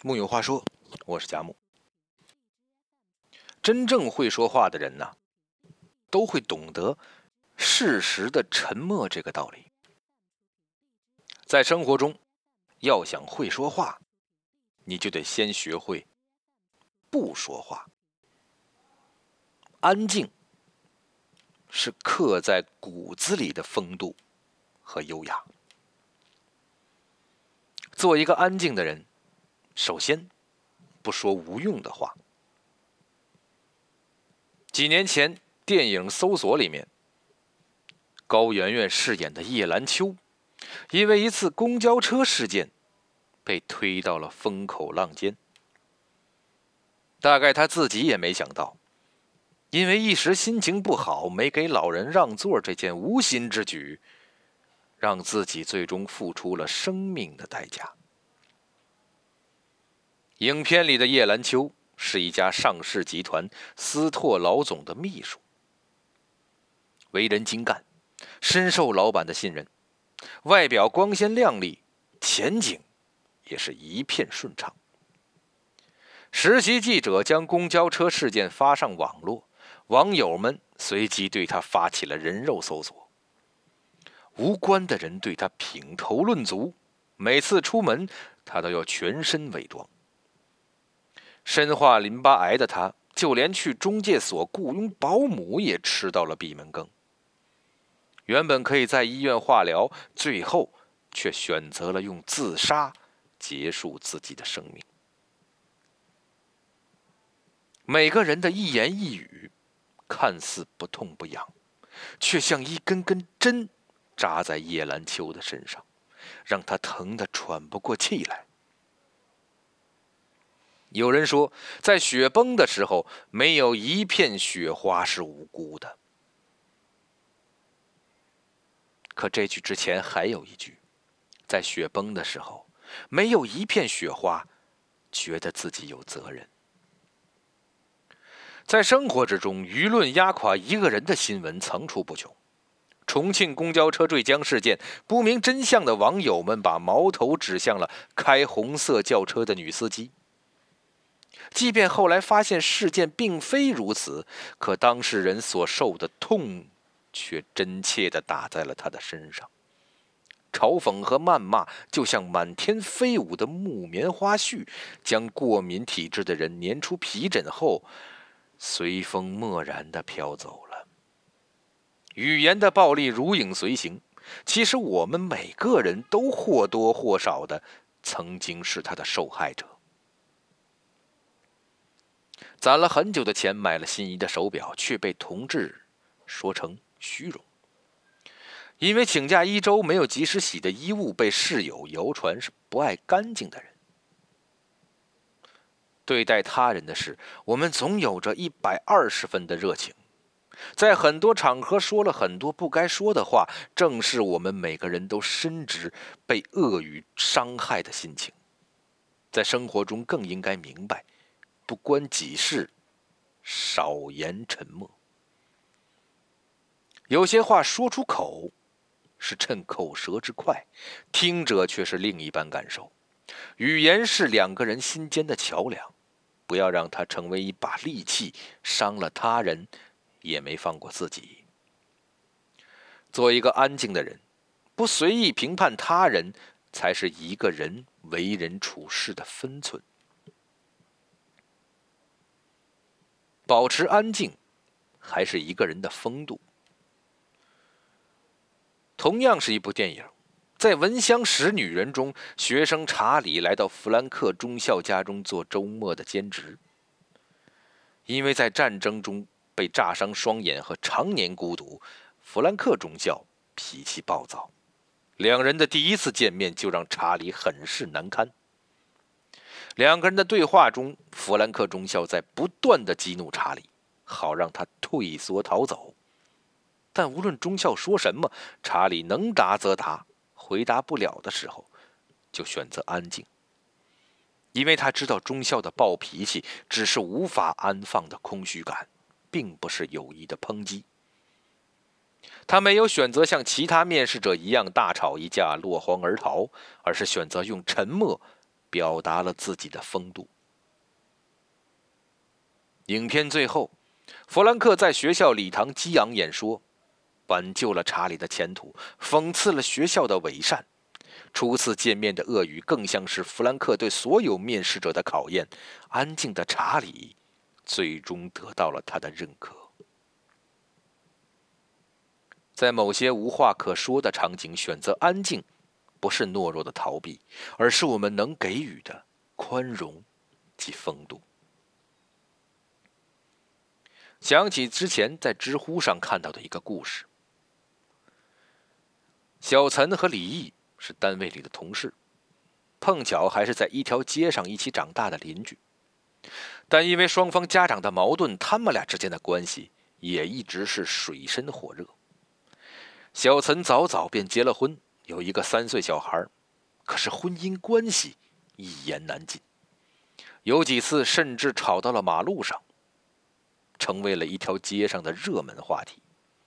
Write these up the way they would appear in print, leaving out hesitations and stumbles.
木有话说，我是贾木。真正会说话的人呢，都会懂得适时的沉默这个道理。在生活中，要想会说话，你就得先学会不说话。安静是刻在骨子里的风度和优雅。做一个安静的人，首先不说无用的话。几年前，电影《搜索》里面，高圆圆饰演的叶兰秋，因为一次公交车事件，被推到了风口浪尖。大概她自己也没想到，因为一时心情不好，没给老人让座这件无心之举，让自己最终付出了生命的代价。影片里的叶兰秋是一家上市集团斯拓老总的秘书，为人精干，深受老板的信任，外表光鲜亮丽，前景也是一片顺畅。实习记者将公交车事件发上网络，网友们随即对他发起了人肉搜索。无关的人对他品头论足，每次出门他都要全身伪装。身患淋巴癌的他，就连去中介所雇佣保姆也吃到了闭门羹。原本可以在医院化疗，最后却选择了用自杀结束自己的生命。每个人的一言一语，看似不痛不痒，却像一根根针扎在叶兰秋的身上，让他疼得喘不过气来。有人说，在雪崩的时候，没有一片雪花是无辜的。可这句之前还有一句，在雪崩的时候，没有一片雪花觉得自己有责任。在生活之中，舆论压垮一个人的新闻层出不穷。重庆公交车坠江事件，不明真相的网友们把矛头指向了开红色轿车的女司机。即便后来发现事件并非如此，可当事人所受的痛却真切地打在了他的身上。嘲讽和谩骂就像满天飞舞的木棉花絮，将过敏体质的人粘出皮疹后，随风漠然地飘走了。语言的暴力如影随形，其实我们每个人都或多或少的曾经是他的受害者。攒了很久的钱买了心仪的手表，却被同志说成虚荣。因为请假1周没有及时洗的衣物被室友谣传是不爱干净的人。对待他人的事，我们总有着120分的热情，在很多场合说了很多不该说的话，正是我们每个人都深知被恶语伤害的心情。在生活中更应该明白，不关己事，少言沉默。有些话说出口是趁口舌之快，听者却是另一般感受。语言是两个人心间的桥梁，不要让它成为一把利器，伤了他人也没放过自己。做一个安静的人，不随意评判他人，才是一个人为人处事的分寸。保持安静，还是一个人的风度。同样是一部电影，在《闻香识女人》中，学生查理来到弗兰克中校家中做周末的兼职。因为在战争中被炸伤双眼和常年孤独，弗兰克中校脾气暴躁。两人的第一次见面就让查理很是难堪。两个人的对话中，弗兰克中校在不断地激怒查理，好让他退缩逃走。但无论中校说什么，查理能答则答，回答不了的时候，就选择安静。因为他知道中校的暴脾气只是无法安放的空虚感，并不是有意的抨击。他没有选择像其他面试者一样大吵一架落荒而逃，而是选择用沉默表达了自己的风度。影片最后，弗兰克在学校礼堂激昂演说，挽救了查理的前途，讽刺了学校的伪善。初次见面的恶语更像是弗兰克对所有面试者的考验。安静的查理最终得到了他的认可。在某些无话可说的场景，选择安静，不是懦弱的逃避，而是我们能给予的宽容及风度。想起之前在知乎上看到的一个故事，小岑和李毅是单位里的同事，碰巧还是在一条街上一起长大的邻居。但因为双方家长的矛盾，他们俩之间的关系也一直是水深火热。小岑早早便结了婚，有一个3岁小孩，可是婚姻关系一言难尽，有几次甚至吵到了马路上，成为了一条街上的热门话题。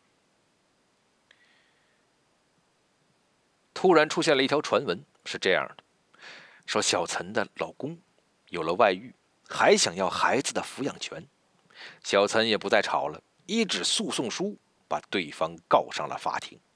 突然出现了一条传闻，是这样的，说小岑的老公有了外遇，还想要孩子的抚养权。小岑也不再吵了，一纸诉讼书把对方告上了法庭。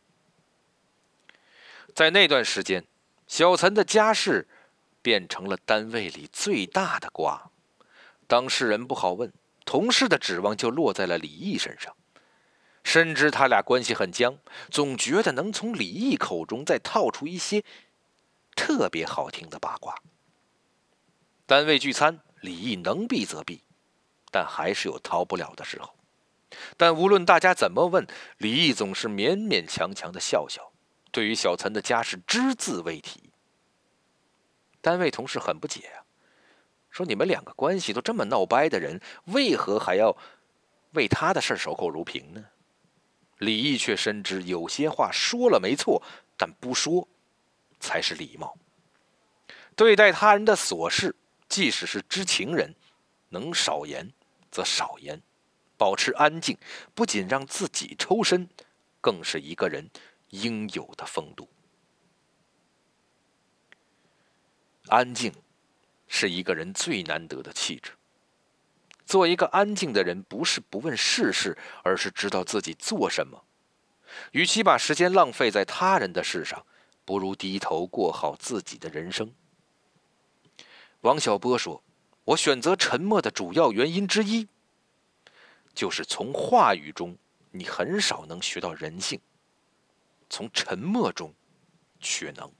在那段时间，小岑的家事变成了单位里最大的瓜。当事人不好问，同事的指望就落在了李毅身上。深知他俩关系很僵，总觉得能从李毅口中再套出一些特别好听的八卦。单位聚餐，李毅能避则避，但还是有逃不了的时候。但无论大家怎么问，李毅总是勉勉强强的笑笑，对于小岑的家事只字未提。单位同事很不解啊，说你们两个关系都这么闹掰的人，为何还要为他的事守口如瓶呢？李毅却深知有些话说了没错，但不说才是礼貌。对待他人的琐事，即使是知情人，能少言则少言，保持安静，不仅让自己抽身，更是一个人应有的风度。安静是一个人最难得的气质。做一个安静的人，不是不问世事，而是知道自己做什么。与其把时间浪费在他人的事上，不如低头过好自己的人生。王小波说，我选择沉默的主要原因之一，就是从话语中你很少能学到人性，从沉默中却能。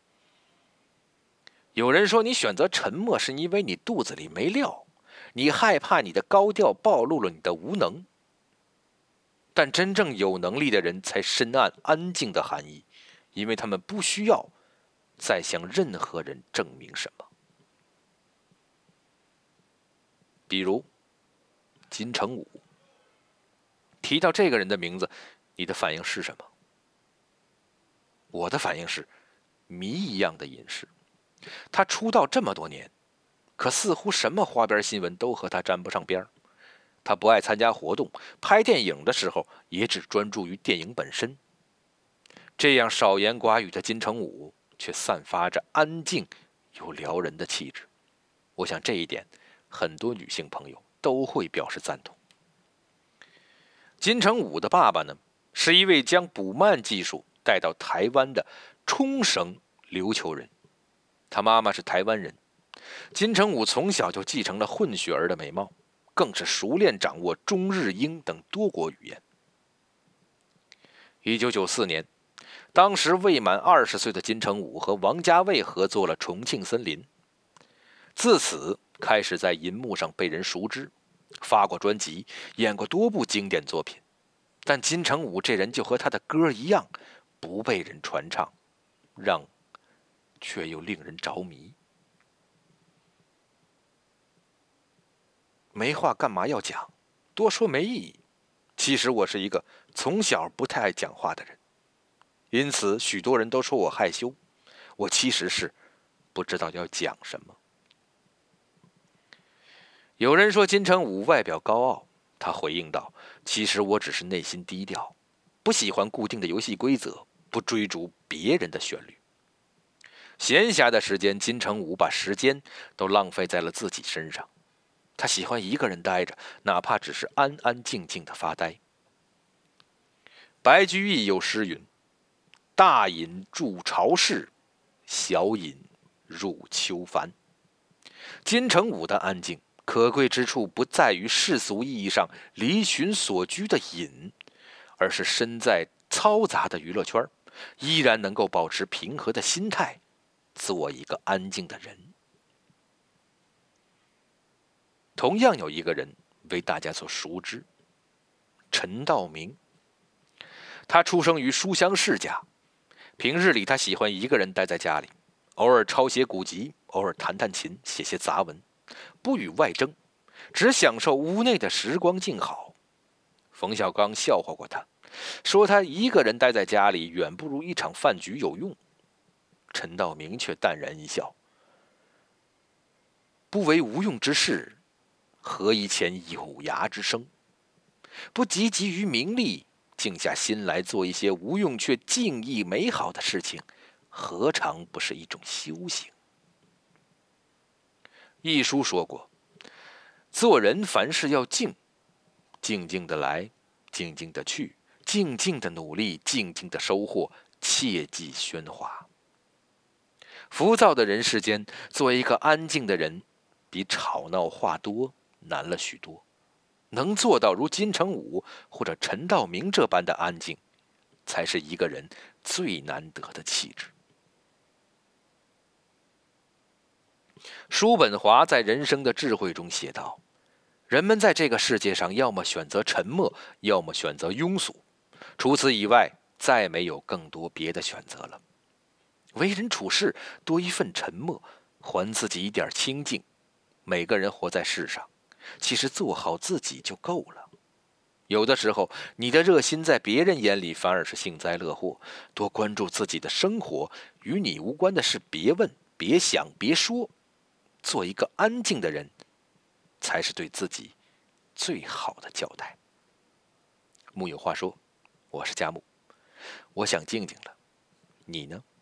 有人说你选择沉默是因为你肚子里没料，你害怕你的高调暴露了你的无能。但真正有能力的人才深谙安静的含义，因为他们不需要再向任何人证明什么。比如金城武，提到这个人的名字，你的反应是什么？我的反应是谜一样的隐士。他出道这么多年，可似乎什么花边新闻都和他沾不上边。他不爱参加活动，拍电影的时候也只专注于电影本身。这样少言寡语的金城武，却散发着安静又撩人的气质。我想这一点，很多女性朋友都会表示赞同。金城武的爸爸呢，是一位将捕鳗技术带到台湾的冲绳琉球人，他妈妈是台湾人。金城武从小就继承了混血儿的美貌，更是熟练掌握中日英等多国语言。1994年，当时未满20岁的金城武和王家卫合作了《重庆森林》，自此开始在银幕上被人熟知，发过专辑，演过多部经典作品。但金城武这人就和他的歌一样，不被人传唱，却又令人着迷。没话干嘛要讲？多说没意义。其实我是一个从小不太爱讲话的人，因此许多人都说我害羞。我其实是不知道要讲什么。有人说金城武外表高傲，他回应道：其实我只是内心低调，不喜欢固定的游戏规则，不追逐别人的旋律。 闲暇的时间，金城武把时间都浪费在了自己身上。他喜欢一个人待着，哪怕只是安安静静的发呆。白居易有诗云：“大隐住巢室，小隐入秋帆。”金城武的安静可贵之处不在于世俗意义上离群所居的隐，而是身在嘈杂的娱乐圈，依然能够保持平和的心态，做一个安静的人。同样有一个人为大家所熟知，陈道明。他出生于书香世家，平日里他喜欢一个人待在家里，偶尔抄写古籍，偶尔弹弹琴，写些杂文，不与外争，只享受屋内的时光静好。冯小刚笑话过他，说他一个人待在家里远不如一场饭局有用。陈道明却淡然一笑：“不为无用之事，何以遣有涯之生？不汲汲于名利，静下心来做一些无用却静谧美好的事情，何尝不是一种修行？”一书说过，做人凡事要静，静静的来，静静的去，静静的努力，静静的收获，切忌喧哗。浮躁的人世间，做一个安静的人，比吵闹话多难了许多。能做到如金城武或者陈道明这般的安静，才是一个人最难得的气质。叔本华在《人生的智慧》中写道：“人们在这个世界上，要么选择沉默，要么选择庸俗，除此以外，再没有更多别的选择了。为人处事，多一份沉默，还自己一点清静。每个人活在世上，其实做好自己就够了。有的时候，你的热心在别人眼里反而是幸灾乐祸。多关注自己的生活，与你无关的事别问、别想、别说。做一个安静的人，才是对自己最好的交代。”木有话说，我是佳木，我想静静了，你呢？